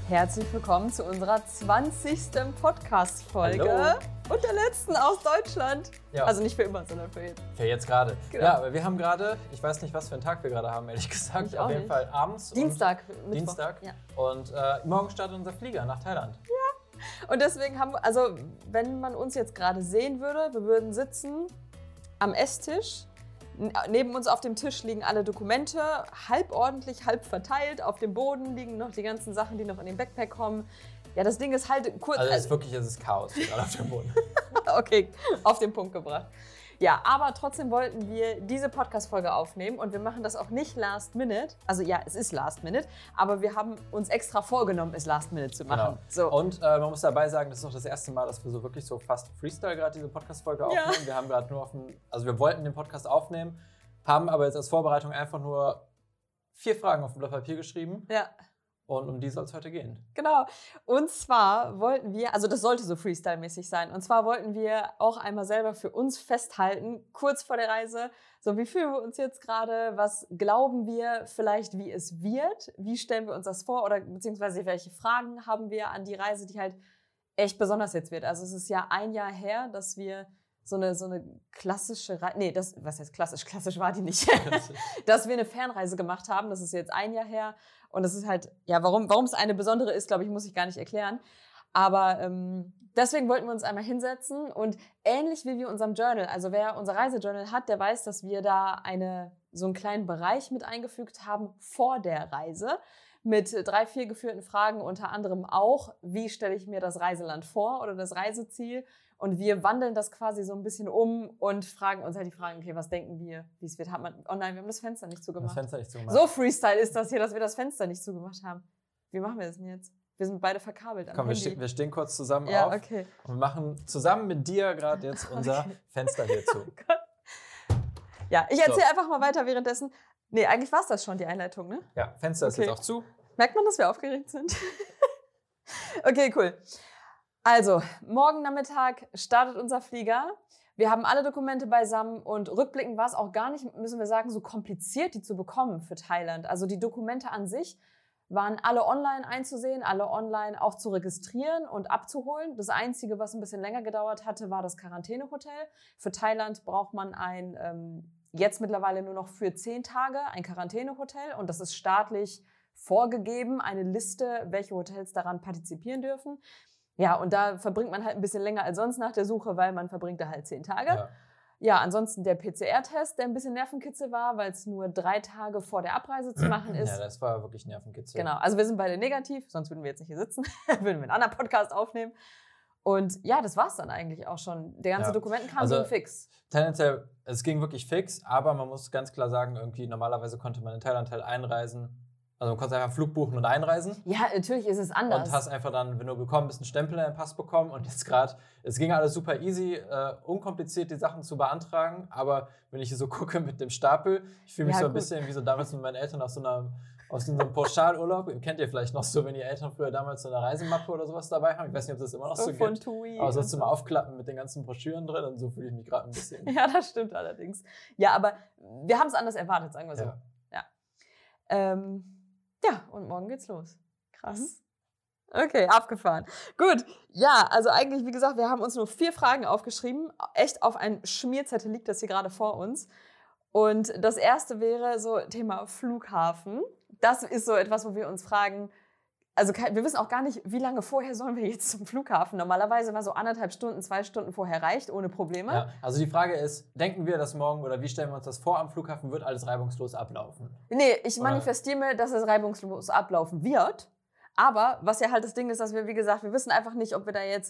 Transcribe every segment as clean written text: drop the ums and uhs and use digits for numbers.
Herzlich willkommen zu unserer 20. Podcast-Folge und der letzten aus Deutschland. Ja. Also nicht für immer, sondern für jetzt. Für jetzt gerade. Genau. Ja, aber wir haben gerade, ich weiß nicht, was für einen Tag wir gerade haben, ehrlich gesagt. Ich Auf auch jeden nicht. Fall abends. Dienstag. Und Dienstag. Ja. Und morgen startet unser Flieger nach Thailand. Und deswegen haben wir, also wenn man uns jetzt gerade sehen würde, wir würden sitzen am Esstisch. Neben uns auf dem Tisch liegen alle Dokumente, halb ordentlich, halb verteilt. Auf dem Boden liegen noch die ganzen Sachen, die noch in den Backpack kommen. Ja, das Ding ist halt kurz... Also es ist Chaos gerade auf dem Boden. Okay, auf den Punkt gebracht. Ja, aber trotzdem wollten wir diese Podcast-Folge aufnehmen und wir machen das auch nicht last minute. Also ja, es ist last minute, aber wir haben uns extra vorgenommen, es last minute zu machen. Genau. So. Und man muss dabei sagen, das ist noch das erste Mal, dass wir so wirklich so fast Freestyle gerade diese Podcast-Folge aufnehmen. Ja. Wir haben gerade nur wir wollten den Podcast aufnehmen, haben aber jetzt als Vorbereitung einfach nur 4 Fragen auf dem Blatt Papier geschrieben. Ja. Und um die soll es heute gehen. Genau. Und zwar wollten wir, also das sollte so Freestyle-mäßig sein, und zwar wollten wir auch einmal selber für uns festhalten, kurz vor der Reise, so wie fühlen wir uns jetzt gerade, was glauben wir vielleicht, wie es wird, wie stellen wir uns das vor oder beziehungsweise welche Fragen haben wir an die Reise, die halt echt besonders jetzt wird. Also es ist ja ein Jahr her, dass wir so eine klassische Reise, was heißt klassisch? Klassisch war die nicht. Dass wir eine Fernreise gemacht haben, das ist jetzt ein Jahr her. Und das ist halt, ja, warum es eine besondere ist, glaube ich, muss ich gar nicht erklären. Aber deswegen wollten wir uns einmal hinsetzen und ähnlich wie wir unserem Journal, also wer unser Reisejournal hat, der weiß, dass wir da so einen kleinen Bereich mit eingefügt haben vor der Reise mit 3, 4 geführten Fragen, unter anderem auch, wie stelle ich mir das Reiseland vor oder das Reiseziel. Und wir wandeln das quasi so ein bisschen um und fragen uns halt die Fragen, okay, was denken wir, wie es wird? Oh nein, wir haben das Fenster nicht zugemacht. So Freestyle ist das hier, dass wir das Fenster nicht zugemacht haben. Wie machen wir das denn jetzt? Wir sind beide verkabelt am Handy. Wir stehen kurz zusammen ja, auf okay. Und wir machen zusammen mit dir gerade jetzt unser Fenster hier zu. Ja, ich erzähle einfach mal weiter währenddessen. Nee, eigentlich war es das schon, die Einleitung, ne? Ja, Fenster ist jetzt auch zu. Merkt man, dass wir aufgeregt sind? Okay, cool. Also, morgen Nachmittag startet unser Flieger. Wir haben alle Dokumente beisammen und rückblickend war es auch gar nicht, müssen wir sagen, so kompliziert, die zu bekommen für Thailand. Also die Dokumente an sich waren alle online einzusehen, alle online auch zu registrieren und abzuholen. Das Einzige, was ein bisschen länger gedauert hatte, war das Quarantänehotel. Für Thailand braucht man jetzt mittlerweile nur noch für 10 Tage ein Quarantänehotel und das ist staatlich vorgegeben, eine Liste, welche Hotels daran partizipieren dürfen. Ja, und da verbringt man halt ein bisschen länger als sonst nach der Suche, weil man verbringt da halt 10 Tage. Ja, ansonsten der PCR-Test, der ein bisschen Nervenkitzel war, weil es nur 3 Tage vor der Abreise zu machen ist. Ja, das war wirklich Nervenkitzel. Genau, also wir sind beide negativ, sonst würden wir jetzt nicht hier sitzen, würden wir einen anderen Podcast aufnehmen. Und ja, das war's dann eigentlich auch schon. Der ganze Dokumentenkram ging fix. Tendenziell, es ging wirklich fix, aber man muss ganz klar sagen, irgendwie normalerweise konnte man in Thailand halt einreisen. Also du konntest einfach einen Flug buchen und einreisen. Ja, natürlich ist es anders. Und hast einfach dann, wenn du gekommen bist, einen Stempel in deinen Pass bekommen. Und jetzt gerade, es ging alles super easy, unkompliziert die Sachen zu beantragen. Aber wenn ich hier so gucke mit dem Stapel, ich fühle mich so ein bisschen wie so damals mit meinen Eltern aus so einem Pauschalurlaub. Kennt ihr vielleicht noch so, wenn die Eltern früher damals so eine Reisemappe oder sowas dabei haben? Ich weiß nicht, ob das immer noch so von gibt. TUI. Aber so zum Aufklappen mit den ganzen Broschüren drin. Und so fühle ich mich gerade ein bisschen. Ja, das stimmt allerdings. Ja, aber wir haben es anders erwartet, sagen wir so. Ja, und morgen geht's los. Krass. Okay, abgefahren. Gut, ja, also eigentlich, wie gesagt, wir haben uns nur 4 Fragen aufgeschrieben. Echt auf ein Schmierzettel liegt das hier gerade vor uns. Und das erste wäre so Thema Flughafen. Das ist so etwas, wo wir uns fragen, also wir wissen auch gar nicht, wie lange vorher sollen wir jetzt zum Flughafen. Normalerweise war so 1,5 Stunden, 2 Stunden vorher reicht, ohne Probleme. Ja, also die Frage ist, denken wir, dass morgen oder wie stellen wir uns das vor, am Flughafen wird alles reibungslos ablaufen? Nee, ich manifestiere mir, dass es reibungslos ablaufen wird. Aber was ja halt das Ding ist, dass wir, wie gesagt, wir wissen einfach nicht, ob wir da jetzt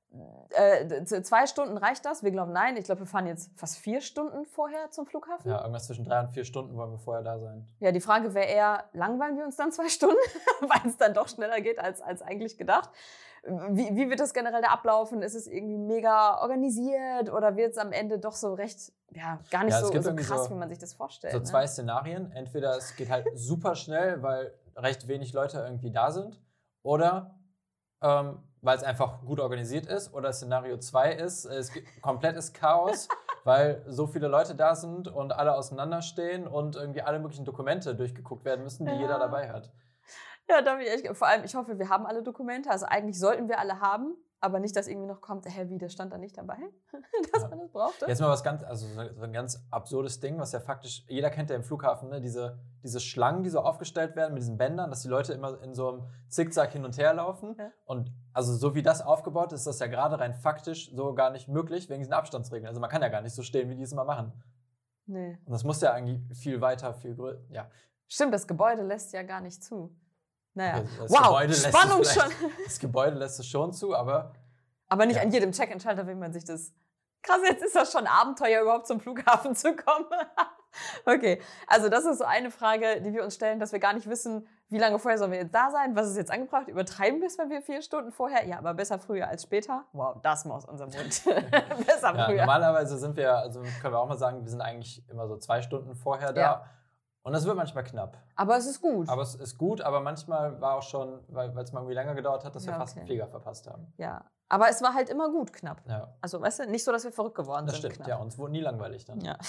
2 Stunden reicht das? Wir glauben nein. Ich glaube, wir fahren jetzt fast 4 Stunden vorher zum Flughafen. Ja, irgendwas zwischen 3 und 4 Stunden wollen wir vorher da sein. Ja, die Frage wäre eher, langweilen wir uns dann 2 Stunden? Weil es dann doch schneller geht als eigentlich gedacht. Wie wird das generell da ablaufen? Ist es irgendwie mega organisiert oder wird es am Ende doch so recht, gar nicht so krass, wie man sich das vorstellt? So 2 Szenarien. Entweder es geht halt super schnell, weil recht wenig Leute irgendwie da sind. Oder weil es einfach gut organisiert ist. Oder Szenario 2 ist, es gibt komplettes Chaos, weil so viele Leute da sind und alle auseinanderstehen und irgendwie alle möglichen Dokumente durchgeguckt werden müssen, die jeder dabei hat. Ja, da bin ich echt, vor allem, ich hoffe, wir haben alle Dokumente. Also eigentlich sollten wir alle haben, aber nicht, dass irgendwie noch kommt, wie, das stand da nicht dabei, dass man das brauchte. Jetzt mal was ganz, also so ein ganz absurdes Ding, was ja faktisch, jeder kennt ja im Flughafen, ne, diese Schlangen, die so aufgestellt werden mit diesen Bändern, dass die Leute immer in so einem Zickzack hin und her laufen. Ja. Und also so wie das aufgebaut ist, ist das ja gerade rein faktisch so gar nicht möglich wegen diesen Abstandsregeln. Also man kann ja gar nicht so stehen, wie die es immer machen. Nee. Und das muss ja eigentlich viel weiter, viel größer, ja. Stimmt, das Gebäude lässt ja gar nicht zu. Naja, wow, Spannung schon. Das Gebäude lässt es schon zu, aber nicht an jedem Check-in-Schalter will man sich das... Krass, jetzt ist das schon Abenteuer, überhaupt zum Flughafen zu kommen. Okay, also das ist so eine Frage, die wir uns stellen, dass wir gar nicht wissen, wie lange vorher sollen wir jetzt da sein, was ist jetzt angebracht, übertreiben wir es, wenn wir 4 Stunden vorher? Ja, aber besser früher als später. Wow, das mal aus unserem Mund. Besser früher. Normalerweise sind wir, also können wir auch mal sagen, wir sind eigentlich immer so 2 Stunden vorher da. Ja. Und das wird manchmal knapp. Aber es ist gut. Aber es ist gut, aber manchmal war auch schon, weil es mal irgendwie länger gedauert hat, dass wir fast einen Flieger verpasst haben. Ja, aber es war halt immer gut knapp. Ja. Also, weißt du, nicht so, dass wir verrückt geworden sind. Das stimmt, knapp. Ja, uns wurde nie langweilig dann. Ja.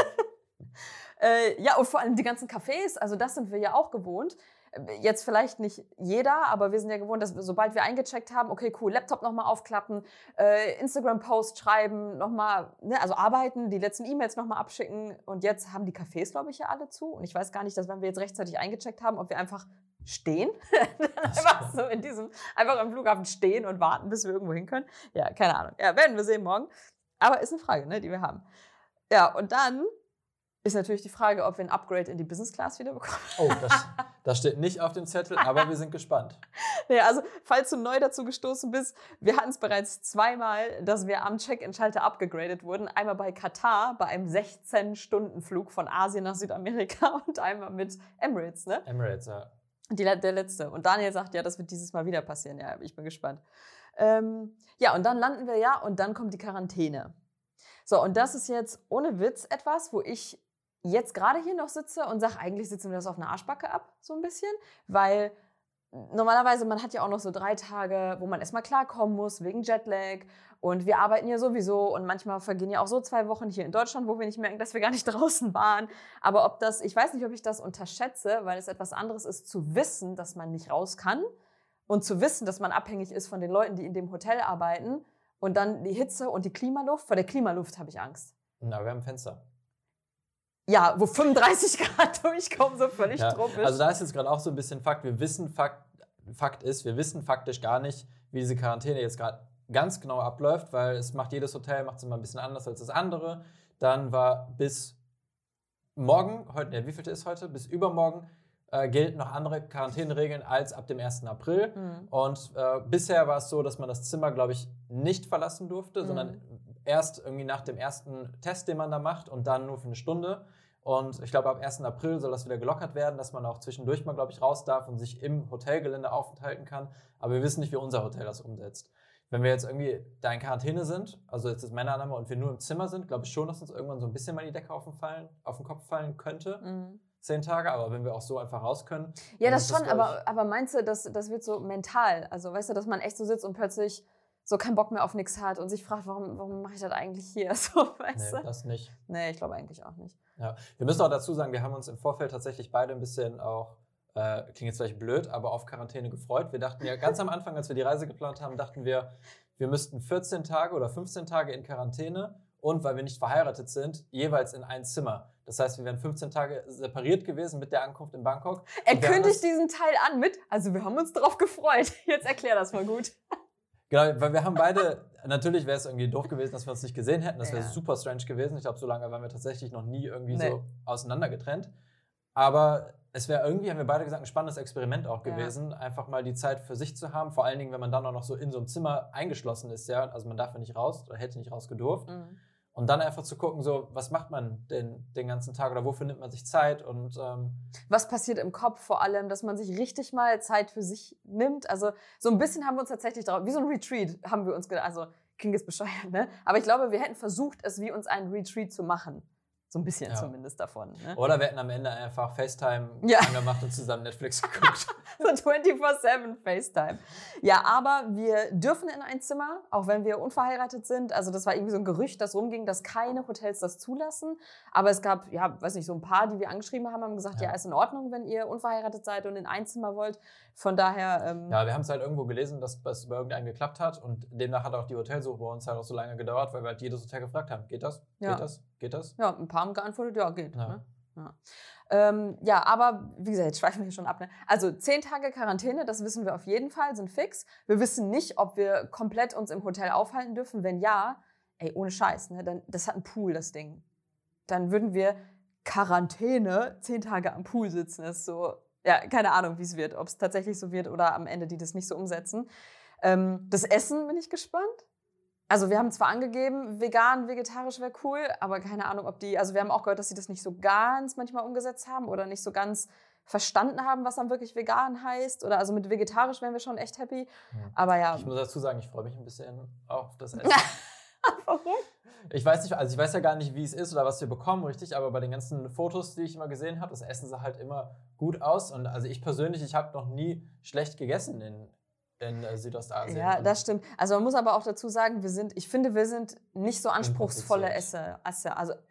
Ja, und vor allem die ganzen Cafés, also das sind wir ja auch gewohnt. Jetzt vielleicht nicht jeder, aber wir sind ja gewohnt, dass sobald wir eingecheckt haben, okay, cool, Laptop nochmal aufklappen, Instagram-Post schreiben, nochmal, ne, also arbeiten, die letzten E-Mails nochmal abschicken. Und jetzt haben die Cafés, glaube ich, ja alle zu. Und ich weiß gar nicht, dass wenn wir jetzt rechtzeitig eingecheckt haben, ob wir einfach stehen, einfach so einfach am Flughafen stehen und warten, bis wir irgendwo hin können. Ja, keine Ahnung. Ja, werden wir sehen morgen. Aber ist eine Frage, ne, die wir haben. Ja, und dann ist natürlich die Frage, ob wir ein Upgrade in die Business Class wieder bekommen. Oh, das steht nicht auf dem Zettel, aber wir sind gespannt. Ja, also, falls du neu dazu gestoßen bist, wir hatten es bereits 2-mal, dass wir am Check-in-Schalter abgegradet wurden. Einmal bei Katar, bei einem 16-Stunden-Flug von Asien nach Südamerika und einmal mit Emirates, ne? Emirates, ja. Der letzte. Und Daniel sagt, ja, das wird dieses Mal wieder passieren. Ja, ich bin gespannt. Ja, und dann landen wir ja und dann kommt die Quarantäne. So, und das ist jetzt ohne Witz etwas, wo ich jetzt gerade hier noch sitze und sage, eigentlich sitzen wir das auf einer Arschbacke ab, so ein bisschen, weil normalerweise, man hat ja auch noch so 3 Tage, wo man erstmal klarkommen muss, wegen Jetlag und wir arbeiten ja sowieso und manchmal vergehen ja auch so 2 Wochen hier in Deutschland, wo wir nicht merken, dass wir gar nicht draußen waren, aber ich weiß nicht, ob ich das unterschätze, weil es etwas anderes ist, zu wissen, dass man nicht raus kann und zu wissen, dass man abhängig ist von den Leuten, die in dem Hotel arbeiten und dann die Hitze und die Klimaluft. Vor der Klimaluft habe ich Angst. Na, wir haben ein Fenster. Ja, wo 35 Grad durchkommen, so völlig tropisch. Also da ist jetzt gerade auch so ein bisschen Fakt. Wir wissen faktisch gar nicht, wie diese Quarantäne jetzt gerade ganz genau abläuft, weil jedes Hotel macht es immer ein bisschen anders als das andere. Dann war bis morgen, wie viel ist heute? Bis übermorgen gelten noch andere Quarantäneregeln als ab dem 1. April. Mhm. Und bisher war es so, dass man das Zimmer, glaube ich, nicht verlassen durfte, sondern erst irgendwie nach dem ersten Test, den man da macht und dann nur für eine Stunde. Und ich glaube, ab 1. April soll das wieder gelockert werden, dass man auch zwischendurch mal, glaube ich, raus darf und sich im Hotelgelände aufhalten kann. Aber wir wissen nicht, wie unser Hotel das umsetzt. Wenn wir jetzt irgendwie da in Quarantäne sind, also jetzt ist meine Annahme, und wir nur im Zimmer sind, glaube ich schon, dass uns irgendwann so ein bisschen mal die Decke auf den Kopf fallen könnte. 10 Tage, aber wenn wir auch so einfach raus können. Ja, das schon, aber meinst du, das wird so mental? Also weißt du, dass man echt so sitzt und plötzlich so keinen Bock mehr auf nichts hat und sich fragt, warum mache ich das eigentlich hier? So, weißt du? Das nicht. Nee, ich glaube eigentlich auch nicht. Ja. Wir müssen auch dazu sagen, wir haben uns im Vorfeld tatsächlich beide ein bisschen auch, klingt jetzt vielleicht blöd, aber auf Quarantäne gefreut. Wir dachten ja ganz am Anfang, als wir die Reise geplant haben, dachten wir müssten 14 Tage oder 15 Tage in Quarantäne und, weil wir nicht verheiratet sind, jeweils in ein Zimmer. Das heißt, wir wären 15 Tage separiert gewesen mit der Ankunft in Bangkok. Er kündigt diesen Teil an mit, also wir haben uns drauf gefreut. Jetzt erklär das mal gut. Genau, weil wir haben beide, natürlich wäre es irgendwie doof gewesen, dass wir uns nicht gesehen hätten. Das wäre super strange gewesen. Ich glaube, so lange waren wir tatsächlich noch nie irgendwie so auseinander getrennt. Aber es wäre irgendwie, haben wir beide gesagt, ein spannendes Experiment auch gewesen, einfach mal die Zeit für sich zu haben. Vor allen Dingen, wenn man dann auch noch so in so einem Zimmer eingeschlossen ist, ja. Also man darf ja nicht raus oder hätte nicht raus gedurft. Mhm. Und dann einfach zu gucken, so, was macht man denn den ganzen Tag oder wofür nimmt man sich Zeit? Und was passiert im Kopf vor allem, dass man sich richtig mal Zeit für sich nimmt? Also so ein bisschen haben wir uns tatsächlich darauf, wie so ein Retreat haben wir uns gedacht, also klingt jetzt bescheuert, ne? Aber ich glaube, wir hätten versucht, es wie uns einen Retreat zu machen. So ein bisschen zumindest davon. Ne? Oder wir hätten am Ende einfach FaceTime angemacht und zusammen Netflix geguckt. So 24/7 FaceTime. Ja, aber wir dürfen in ein Zimmer, auch wenn wir unverheiratet sind. Also das war irgendwie so ein Gerücht, das rumging, dass keine Hotels das zulassen. Aber es gab, weiß nicht, so ein paar, die wir angeschrieben haben gesagt, ja, ist in Ordnung, wenn ihr unverheiratet seid und in ein Zimmer wollt. Von daher... ja, wir haben es halt irgendwo gelesen, dass es bei irgendeinem geklappt hat. Und demnach hat auch die Hotelsuche bei uns halt auch so lange gedauert, weil wir halt jedes Hotel gefragt haben, geht das? Ja. Geht das? Geht das? Ja, ein paar haben geantwortet, ja, geht. Ja. Ne? Ja, aber wie gesagt, jetzt schweifen wir hier schon ab. Ne? Also 10 Tage Quarantäne, das wissen wir auf jeden Fall, sind fix. Wir wissen nicht, ob wir komplett uns im Hotel aufhalten dürfen. Wenn ja, ohne Scheiß, ne? Dann, das hat einen Pool, das Ding. Dann würden wir Quarantäne 10 Tage am Pool sitzen. Das ist so, ja, keine Ahnung, wie es wird. Ob es tatsächlich so wird oder am Ende die das nicht so umsetzen. Das Essen bin ich gespannt. Also wir haben zwar angegeben, vegan, vegetarisch wäre cool, aber keine Ahnung, ob die, also wir haben auch gehört, dass sie das nicht so ganz manchmal umgesetzt haben oder nicht so ganz verstanden haben, was dann wirklich vegan heißt. Oder also mit vegetarisch wären wir schon echt happy. Aber ja. Ich muss dazu sagen, ich freue mich ein bisschen auf das Essen. Warum? Ich weiß nicht, also ich weiß ja gar nicht, wie es ist oder was wir bekommen, richtig, aber bei den ganzen Fotos, die ich immer gesehen habe, das Essen sah halt immer gut aus. Und also ich persönlich, ich habe noch nie schlecht gegessen in Südostasien. Ja, das stimmt. Also man muss aber auch dazu sagen, ich finde, wir sind nicht so anspruchsvolle Esser. Ist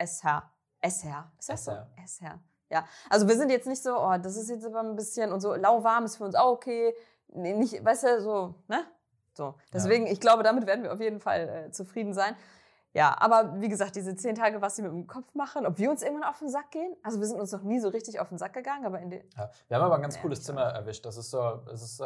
das so? Esser. Ja, also wir sind jetzt nicht so, oh, das ist jetzt aber ein bisschen, und so lauwarm ist für uns auch okay. Nee, nicht, weißt du, so, ne? So. Deswegen, ich glaube, damit werden wir auf jeden Fall zufrieden sein. Ja, aber wie gesagt, diese 10 Tage, was sie mit dem Kopf machen, ob wir uns irgendwann auf den Sack gehen. Also wir sind uns noch nie so richtig auf den Sack gegangen, aber wir haben aber ein ganz cooles Zimmer erwischt. Das ist so,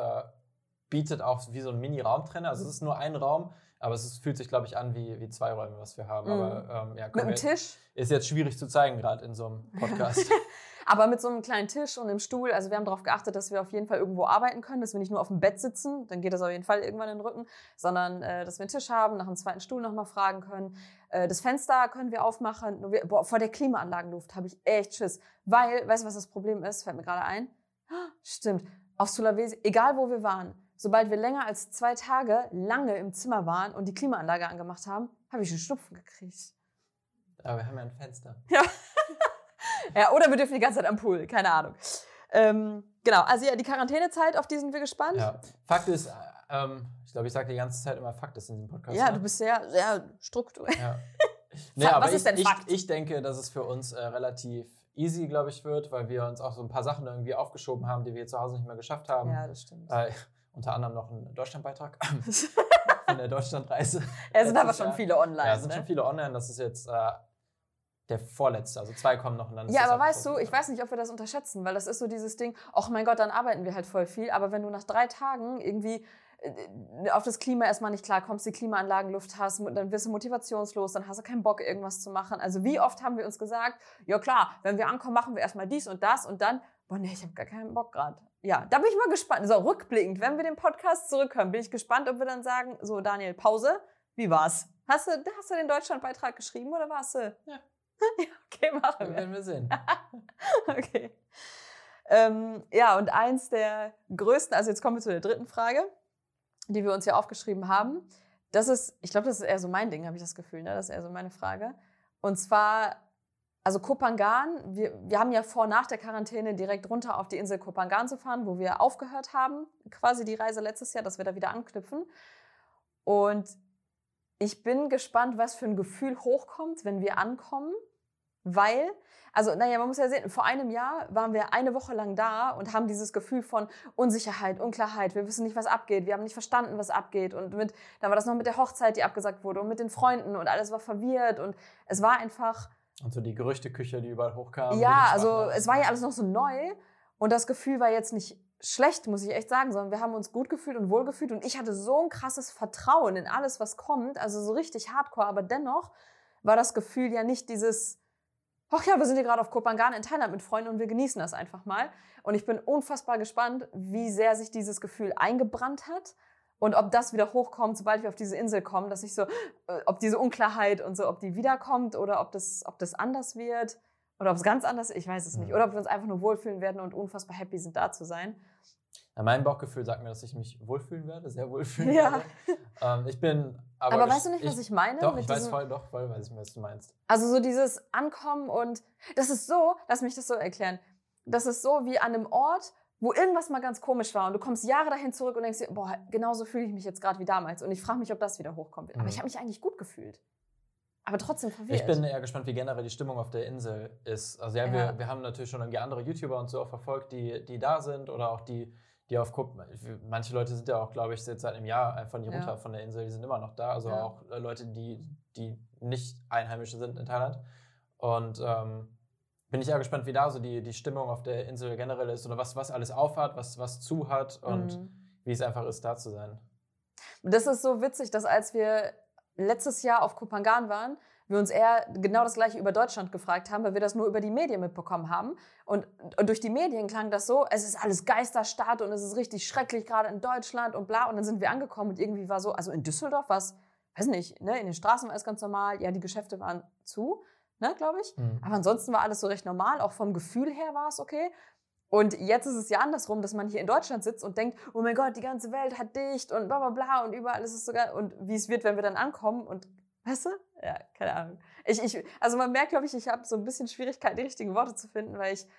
bietet auch wie so ein Mini-Raumtrenner. Also es ist nur ein Raum, aber fühlt sich, glaube ich, an wie 2 Räume, was wir haben. Aber mit einem Tisch? Ist jetzt schwierig zu zeigen, gerade in so einem Podcast. Aber mit so einem kleinen Tisch und einem Stuhl, also wir haben darauf geachtet, dass wir auf jeden Fall irgendwo arbeiten können, dass wir nicht nur auf dem Bett sitzen, dann geht das auf jeden Fall irgendwann in den Rücken, sondern dass wir einen Tisch haben, nach einem zweiten Stuhl nochmal fragen können. Das Fenster können wir aufmachen. Vor der Klimaanlagenluft habe ich echt Schiss. Weil, weißt du, was das Problem ist? Fällt mir gerade ein. Stimmt, auf Sulawesi, egal wo wir waren, sobald wir länger als 2 Tage lange im Zimmer waren und die Klimaanlage angemacht haben, habe ich einen Schnupfen gekriegt. Aber wir haben ja ein Fenster. Ja. Ja, oder wir dürfen die ganze Zeit am Pool, keine Ahnung. Genau, also ja, die Quarantänezeit, auf die sind wir gespannt. Ja. Fakt ist, ich glaube, ich sage die ganze Zeit immer Fakt ist in diesem Podcast. Ja, du bist sehr, sehr strukturiert. Ja. Nee, aber was ist denn Fakt? Ich denke, dass es für uns relativ easy, glaube ich, wird, weil wir uns auch so ein paar Sachen irgendwie aufgeschoben haben, die wir zu Hause nicht mehr geschafft haben. Ja, das stimmt. Unter anderem noch einen Deutschlandbeitrag von der Deutschlandreise. Ja, sind aber schon viele online. Ja, sind schon viele online. Das ist jetzt der vorletzte. Also 2 kommen noch und dann ist ja, aber weißt du, ich weiß nicht, ob wir das unterschätzen, weil das ist so dieses Ding, ach mein Gott, dann arbeiten wir halt voll viel, aber wenn du nach 3 Tagen irgendwie auf das Klima erstmal nicht klarkommst, die Klimaanlagenluft hast, dann wirst du motivationslos, dann hast du keinen Bock, irgendwas zu machen. Also wie oft haben wir uns gesagt, ja klar, wenn wir ankommen, machen wir erstmal dies und das und dann, boah nee, ich habe gar keinen Bock gerade. Ja, da bin ich mal gespannt. So, rückblickend, wenn wir den Podcast zurückhören, bin ich gespannt, ob wir dann sagen, so Daniel, Pause, wie war's? Hast du den Deutschlandbeitrag geschrieben oder warst du? Ja. Ja, okay, machen wir. Werden wir sehen. Okay. Ja, und eins der größten, also jetzt kommen wir zu der 3. Frage, die wir uns hier aufgeschrieben haben. Das ist, ich glaube, das ist eher so mein Ding, habe ich das Gefühl, ne? Das ist eher so meine Frage. Und zwar, also Koh Phangan, wir haben ja vor, nach der Quarantäne direkt runter auf die Insel Koh Phangan zu fahren, wo wir aufgehört haben, quasi die Reise letztes Jahr, dass wir da wieder anknüpfen. Und ich bin gespannt, was für ein Gefühl hochkommt, wenn wir ankommen, weil, also naja, man muss ja sehen, vor einem Jahr waren wir eine Woche lang da und haben dieses Gefühl von Unsicherheit, Unklarheit, wir wissen nicht, was abgeht, wir haben nicht verstanden, was abgeht und dann war das noch mit der Hochzeit, die abgesagt wurde und mit den Freunden und alles war verwirrt und es war einfach... Und so die Gerüchteküche, die überall hochkamen. Ja, also es war ja alles noch so neu und das Gefühl war jetzt nicht schlecht, muss ich echt sagen, sondern wir haben uns gut gefühlt und wohl gefühlt und ich hatte so ein krasses Vertrauen in alles, was kommt, also so richtig hardcore, aber dennoch war das Gefühl ja nicht dieses, ach ja, wir sind hier gerade auf Koh Phangan in Thailand mit Freunden und wir genießen das einfach mal. Und ich bin unfassbar gespannt, wie sehr sich dieses Gefühl eingebrannt hat und ob das wieder hochkommt, sobald wir auf diese Insel kommen, dass ich so, ob diese Unklarheit und so, ob die wiederkommt oder ob das anders wird. Oder ob es ganz anders ist, ich weiß es nicht. Oder ob wir uns einfach nur wohlfühlen werden und unfassbar happy sind, da zu sein. Mein Bauchgefühl sagt mir, dass ich mich wohlfühlen werde, sehr wohlfühlen werde. Ich bin aber weißt du nicht, was ich meine? Doch, ich weiß voll, weiß ich, was du meinst. Also so dieses Ankommen und das ist so, lass mich das so erklären, das ist so wie an einem Ort, wo irgendwas mal ganz komisch war und du kommst Jahre dahin zurück und denkst dir, boah, genauso fühle ich mich jetzt gerade wie damals und ich frage mich, ob das wieder hochkommt. Aber ich habe mich eigentlich gut gefühlt. Aber trotzdem verwirrt. Ich bin eher gespannt, wie generell die Stimmung auf der Insel ist. Also wir haben natürlich schon irgendwie andere YouTuber und so auch verfolgt, die da sind oder auch die auf manche Leute sind ja auch, glaube ich, jetzt seit einem Jahr einfach nie runter von der Insel, die sind immer noch da. Also auch Leute, die nicht Einheimische sind in Thailand. Und bin ich eher gespannt, wie da so die Stimmung auf der Insel generell ist oder was alles aufhat, was zu hat und wie es einfach ist, da zu sein. Das ist so witzig, dass als wir letztes Jahr auf Koh Phangan waren, wir uns eher genau das Gleiche über Deutschland gefragt haben, weil wir das nur über die Medien mitbekommen haben. Und durch die Medien klang das so, es ist alles Geisterstadt und es ist richtig schrecklich, gerade in Deutschland und bla. Und dann sind wir angekommen und irgendwie war so, also in Düsseldorf war es, weiß nicht, ne, in den Straßen war es ganz normal, ja, die Geschäfte waren zu, ne, glaube ich. Aber ansonsten war alles so recht normal, auch vom Gefühl her war es okay. Und jetzt ist es ja andersrum, dass man hier in Deutschland sitzt und denkt, oh mein Gott, die ganze Welt hat dicht und bla bla bla und überall ist es sogar, und wie es wird, wenn wir dann ankommen und, weißt du? Ja, keine Ahnung. Also man merkt, glaube ich habe so ein bisschen Schwierigkeit, die richtigen Worte zu finden, weil ich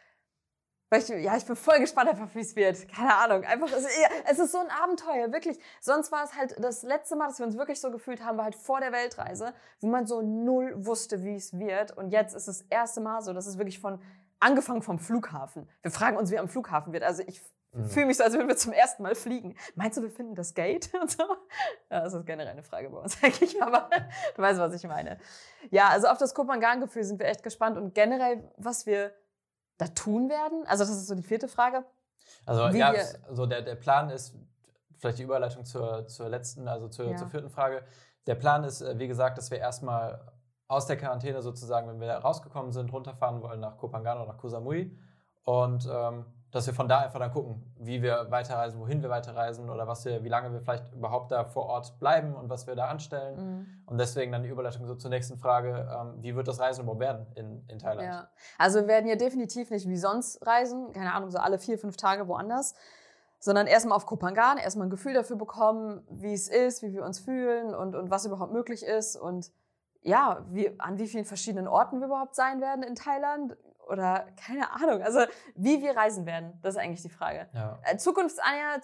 bin voll gespannt einfach, wie es wird. Keine Ahnung. Einfach, es ist so ein Abenteuer, wirklich. Sonst war es halt das letzte Mal, dass wir uns wirklich so gefühlt haben, war halt vor der Weltreise, wo man so null wusste, wie es wird. Und jetzt ist das erste Mal so, dass es wirklich angefangen vom Flughafen. Wir fragen uns, wie am Flughafen wird. Also ich fühle mich so, als würden wir zum ersten Mal fliegen. Meinst du, wir finden das Gate? Und so? Ja, das ist generell eine Frage bei uns eigentlich, aber du weißt, was ich meine. Ja, also auf das Koh Phangan-Gefühl sind wir echt gespannt und generell, was wir da tun werden. Also das ist so die 4. Frage. Also ja, so der Plan ist, vielleicht die Überleitung zur letzten, also zur 4. Frage. Der Plan ist, wie gesagt, dass wir erstmal aus der Quarantäne sozusagen, wenn wir rausgekommen sind, runterfahren wollen nach Koh Phangan oder nach Koh Samui und dass wir von da einfach dann gucken, wie wir weiterreisen, wohin wir weiterreisen oder wie lange wir vielleicht überhaupt da vor Ort bleiben und was wir da anstellen. Und deswegen dann die Überleitung so zur nächsten Frage, wie wird das Reisen überhaupt werden in Thailand? Ja, also wir werden hier definitiv nicht wie sonst reisen, keine Ahnung, so alle 4-5 Tage woanders, sondern erstmal auf Koh Phangan, erstmal ein Gefühl dafür bekommen, wie es ist, wie wir uns fühlen und was überhaupt möglich ist und ja, an wie vielen verschiedenen Orten wir überhaupt sein werden in Thailand oder keine Ahnung. Also wie wir reisen werden, das ist eigentlich die Frage. Ja. Zukunfts-Anja,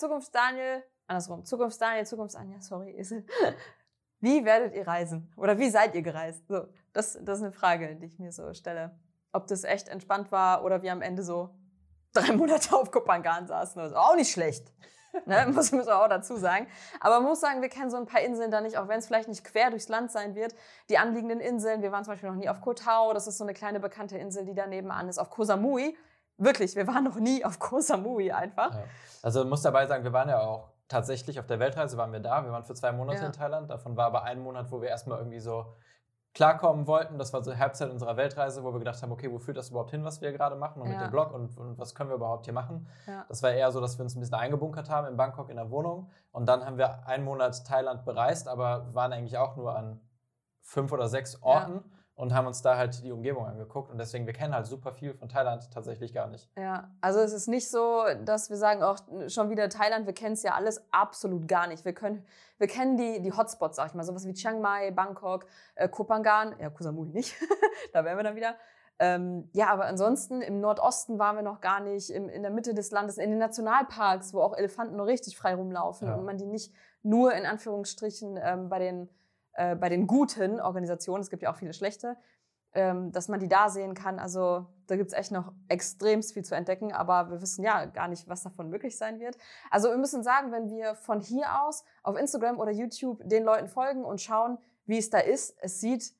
sorry. Wie werdet ihr reisen? Oder wie seid ihr gereist? So, das ist eine Frage, die ich mir so stelle. Ob das echt entspannt war oder wir am Ende so 3 Monate auf Koh Phangan saßen. Das ist auch nicht schlecht. Ne, muss man auch dazu sagen. Aber man muss sagen, wir kennen so ein paar Inseln da nicht, auch wenn es vielleicht nicht quer durchs Land sein wird. Die anliegenden Inseln, wir waren zum Beispiel noch nie auf Koh Tao, das ist so eine kleine bekannte Insel, die da nebenan ist. Auf Koh Samui, wirklich, wir waren noch nie auf Koh Samui einfach. Ja. Also man muss dabei sagen, wir waren ja auch tatsächlich auf der Weltreise, waren wir da. Wir waren für 2 Monate in Thailand. Davon war aber 1 Monat, wo wir erstmal irgendwie so klarkommen wollten. Das war so Halbzeit unserer Weltreise, wo wir gedacht haben, okay, wo führt das überhaupt hin, was wir hier gerade machen und mit dem Blog und was können wir überhaupt hier machen. Ja. Das war eher so, dass wir uns ein bisschen eingebunkert haben in Bangkok in der Wohnung und dann haben wir 1 Monat Thailand bereist, aber waren eigentlich auch nur an 5 oder 6 Orten und haben uns da halt die Umgebung angeguckt und deswegen, wir kennen halt super viel von Thailand tatsächlich gar nicht. Ja, also es ist nicht so, dass wir sagen, auch schon wieder Thailand, wir kennen es ja alles absolut gar nicht. Wir kennen die Hotspots, sag ich mal, sowas wie Chiang Mai, Bangkok, Koh Phangan, ja, Koh Samui nicht, da wären wir dann wieder. Ja, aber ansonsten im Nordosten waren wir noch gar nicht, in der Mitte des Landes, in den Nationalparks, wo auch Elefanten nur richtig frei rumlaufen und man die nicht nur in Anführungsstrichen bei den guten Organisationen, es gibt ja auch viele schlechte, dass man die da sehen kann. Also da gibt es echt noch extremst viel zu entdecken, aber wir wissen ja gar nicht, was davon möglich sein wird. Also wir müssen sagen, wenn wir von hier aus auf Instagram oder YouTube den Leuten folgen und schauen, wie es da ist, es sieht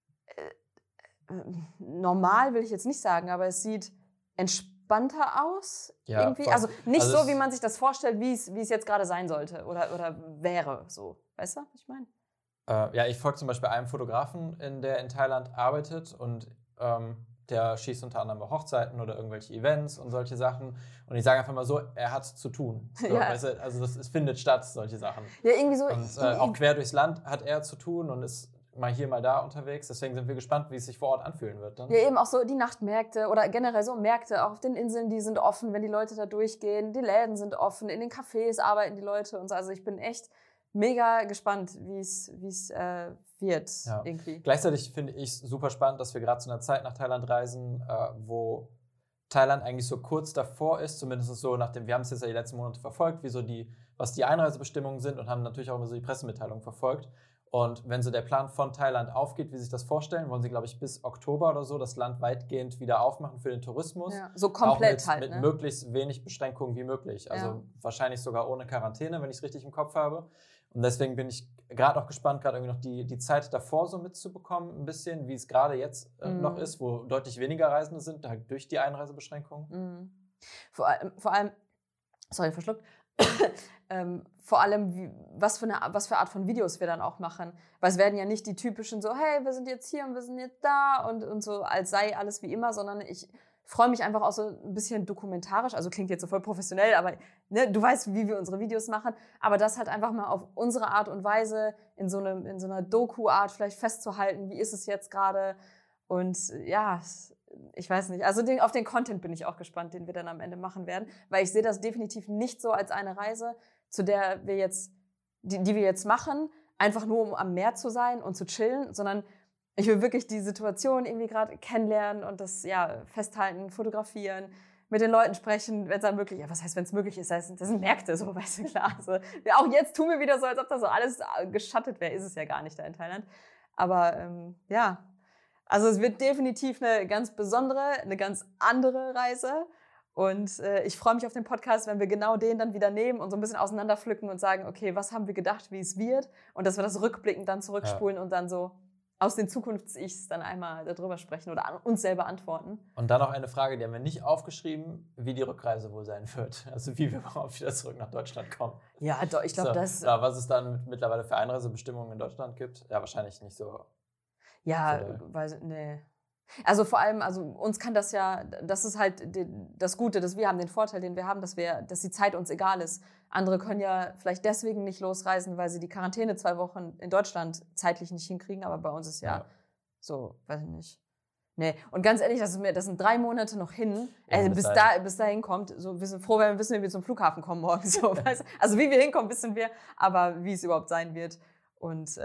normal, will ich jetzt nicht sagen, aber es sieht entspannter aus irgendwie. Voll. Also nicht so, wie man sich das vorstellt, wie es jetzt gerade sein sollte oder wäre so. Weißt du, was ich meine? Ja, ich folge zum Beispiel einem Fotografen, der in Thailand arbeitet und der schießt unter anderem auch Hochzeiten oder irgendwelche Events und solche Sachen. Und ich sage einfach mal so, er hat zu tun. So, weißt du, also es findet statt, solche Sachen. Ja, irgendwie so. Und auch quer durchs Land hat er zu tun und ist mal hier, mal da unterwegs. Deswegen sind wir gespannt, wie es sich vor Ort anfühlen wird. Dann. Ja, eben auch so die Nachtmärkte oder generell so Märkte, auch auf den Inseln, die sind offen, wenn die Leute da durchgehen. Die Läden sind offen, in den Cafés arbeiten die Leute und so. Also ich bin echt mega gespannt, wie es wird irgendwie. Gleichzeitig finde ich es super spannend, dass wir gerade zu einer Zeit nach Thailand reisen, wo Thailand eigentlich so kurz davor ist, zumindest so wir haben es jetzt ja die letzten Monate verfolgt, was die Einreisebestimmungen sind und haben natürlich auch immer so die Pressemitteilung verfolgt. Und wenn so der Plan von Thailand aufgeht, wie sie sich das vorstellen, wollen sie, glaube ich, bis Oktober oder so das Land weitgehend wieder aufmachen für den Tourismus. Ja, so komplett auch mit möglichst wenig Beschränkungen wie möglich. Also wahrscheinlich sogar ohne Quarantäne, wenn ich es richtig im Kopf habe. Und deswegen bin ich gerade auch gespannt, gerade irgendwie noch die Zeit davor so mitzubekommen, ein bisschen, wie es gerade jetzt noch ist, wo deutlich weniger Reisende sind, halt durch die Einreisebeschränkungen. Vor allem, sorry, verschluckt. Vor allem, was für Art von Videos wir dann auch machen. Weil es werden ja nicht die typischen so, hey, wir sind jetzt hier und wir sind jetzt da und so, als sei alles wie immer, sondern ich freue mich einfach auch so ein bisschen dokumentarisch, also klingt jetzt so voll professionell, aber ne, du weißt, wie wir unsere Videos machen, aber das halt einfach mal auf unsere Art und Weise in so einer Doku-Art vielleicht festzuhalten, wie ist es jetzt gerade und ja, ich weiß nicht, also auf den Content bin ich auch gespannt, den wir dann am Ende machen werden, weil ich sehe das definitiv nicht so als eine Reise, zu der wir jetzt, die wir jetzt machen, einfach nur um am Meer zu sein und zu chillen, sondern ich will wirklich die Situation irgendwie gerade kennenlernen und das festhalten, fotografieren, mit den Leuten sprechen, wenn es dann möglich ist. Ja, was heißt, wenn es möglich ist? Das sind Märkte, so, weißt du, klar. Also, auch jetzt tun wir wieder so, als ob das so alles geschattet wäre. Ist es ja gar nicht da in Thailand. Aber also es wird definitiv eine ganz besondere, eine ganz andere Reise. Und ich freue mich auf den Podcast, wenn wir genau den dann wieder nehmen und so ein bisschen auseinanderpflücken und sagen, okay, was haben wir gedacht, wie es wird? Und dass wir das rückblickend dann zurückspulen und dann so aus den Zukunfts-Ichs dann einmal darüber sprechen oder an uns selber antworten. Und dann noch eine Frage, die haben wir nicht aufgeschrieben, wie die Rückreise wohl sein wird. Also wie wir überhaupt wieder zurück nach Deutschland kommen. Ja, ich glaube, das... Was es dann mittlerweile für Einreisebestimmungen in Deutschland gibt, ja, wahrscheinlich nicht so. Ja, nee. Also vor allem, also uns kann das ja, das ist halt das Gute, dass wir haben den Vorteil, den wir haben, dass die Zeit uns egal ist. Andere können ja vielleicht deswegen nicht losreisen, weil sie die Quarantäne 2 Wochen in Deutschland zeitlich nicht hinkriegen, aber bei uns ist ja so, weiß ich nicht. Nee, und ganz ehrlich, das sind 3 Monate noch hin, bis dahin kommt. So, wir sind froh, wenn wir wissen, wie wir zum Flughafen kommen morgen. So, also wie wir hinkommen, wissen wir, aber wie es überhaupt sein wird. Und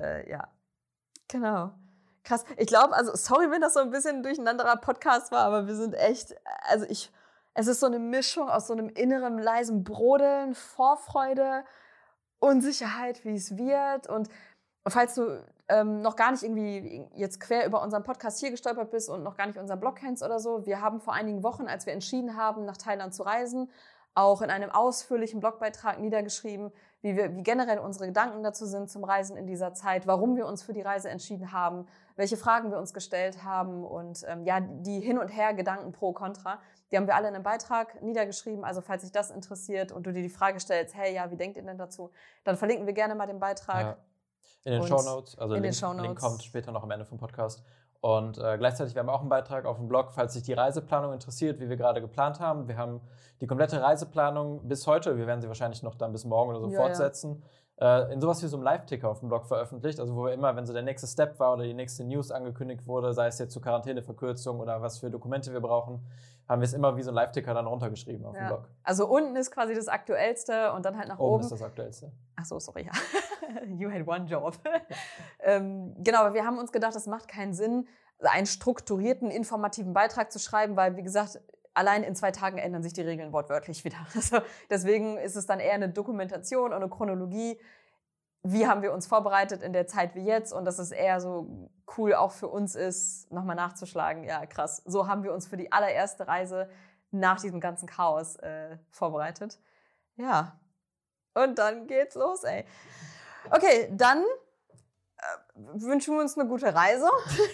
genau. Krass. Ich glaube, also sorry, wenn das so ein bisschen ein durcheinanderer Podcast war, aber wir sind echt, es ist so eine Mischung aus so einem inneren, leisen Brodeln, Vorfreude, Unsicherheit, wie es wird. Und falls du noch gar nicht irgendwie jetzt quer über unseren Podcast hier gestolpert bist und noch gar nicht unseren Blog kennst oder so, wir haben vor einigen Wochen, als wir entschieden haben, nach Thailand zu reisen, auch in einem ausführlichen Blogbeitrag niedergeschrieben, wie generell unsere Gedanken dazu sind zum Reisen in dieser Zeit, warum wir uns für die Reise entschieden haben, welche Fragen wir uns gestellt haben und die Hin- und Her-Gedanken pro, contra, die haben wir alle in einem Beitrag niedergeschrieben. Also falls dich das interessiert und du dir die Frage stellst, hey, wie denkt ihr denn dazu? Dann verlinken wir gerne mal den Beitrag. Ja. In den Shownotes, also Link kommt später noch am Ende vom Podcast. Und gleichzeitig, wir haben auch einen Beitrag auf dem Blog, falls sich die Reiseplanung interessiert, wie wir gerade geplant haben. Wir haben die komplette Reiseplanung bis heute, wir werden sie wahrscheinlich noch dann bis morgen oder so fortsetzen, in sowas wie so einem Live-Ticker auf dem Blog veröffentlicht. Also wo wir immer, wenn so der nächste Step war oder die nächste News angekündigt wurde, sei es jetzt zur Quarantäneverkürzung oder was für Dokumente wir brauchen, haben wir es immer wie so ein Live-Ticker dann runtergeschrieben auf dem Blog. Also unten ist quasi das Aktuellste und dann halt nach oben. Oben ist das Aktuellste. Ach so, sorry. You had one job. Genau, aber wir haben uns gedacht, es macht keinen Sinn, einen strukturierten, informativen Beitrag zu schreiben, weil, wie gesagt, allein in 2 Tagen ändern sich die Regeln wortwörtlich wieder. Also deswegen ist es dann eher eine Dokumentation und eine Chronologie. Wie haben wir uns vorbereitet in der Zeit wie jetzt? Und dass es eher so cool auch für uns ist, nochmal nachzuschlagen. Ja, krass. So haben wir uns für die allererste Reise nach diesem ganzen Chaos vorbereitet. Ja. Und dann geht's los, ey. Okay, dann wünschen wir uns eine gute Reise.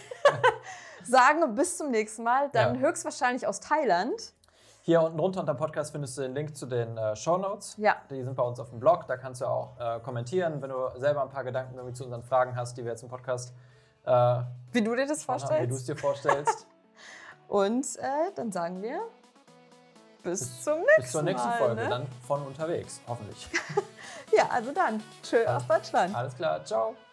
Sagen bis zum nächsten Mal, dann höchstwahrscheinlich aus Thailand. Hier unten drunter unter dem Podcast findest du den Link zu den Shownotes. Ja. Die sind bei uns auf dem Blog, da kannst du auch kommentieren, wenn du selber ein paar Gedanken irgendwie zu unseren Fragen hast, die wir jetzt im Podcast wie du dir das vorstellst. Wie du es dir vorstellst. Und dann sagen wir bis zur nächsten Folge, ne? Dann von unterwegs, hoffentlich. Ja, also dann. Tschö aus Deutschland. Alles klar, ciao.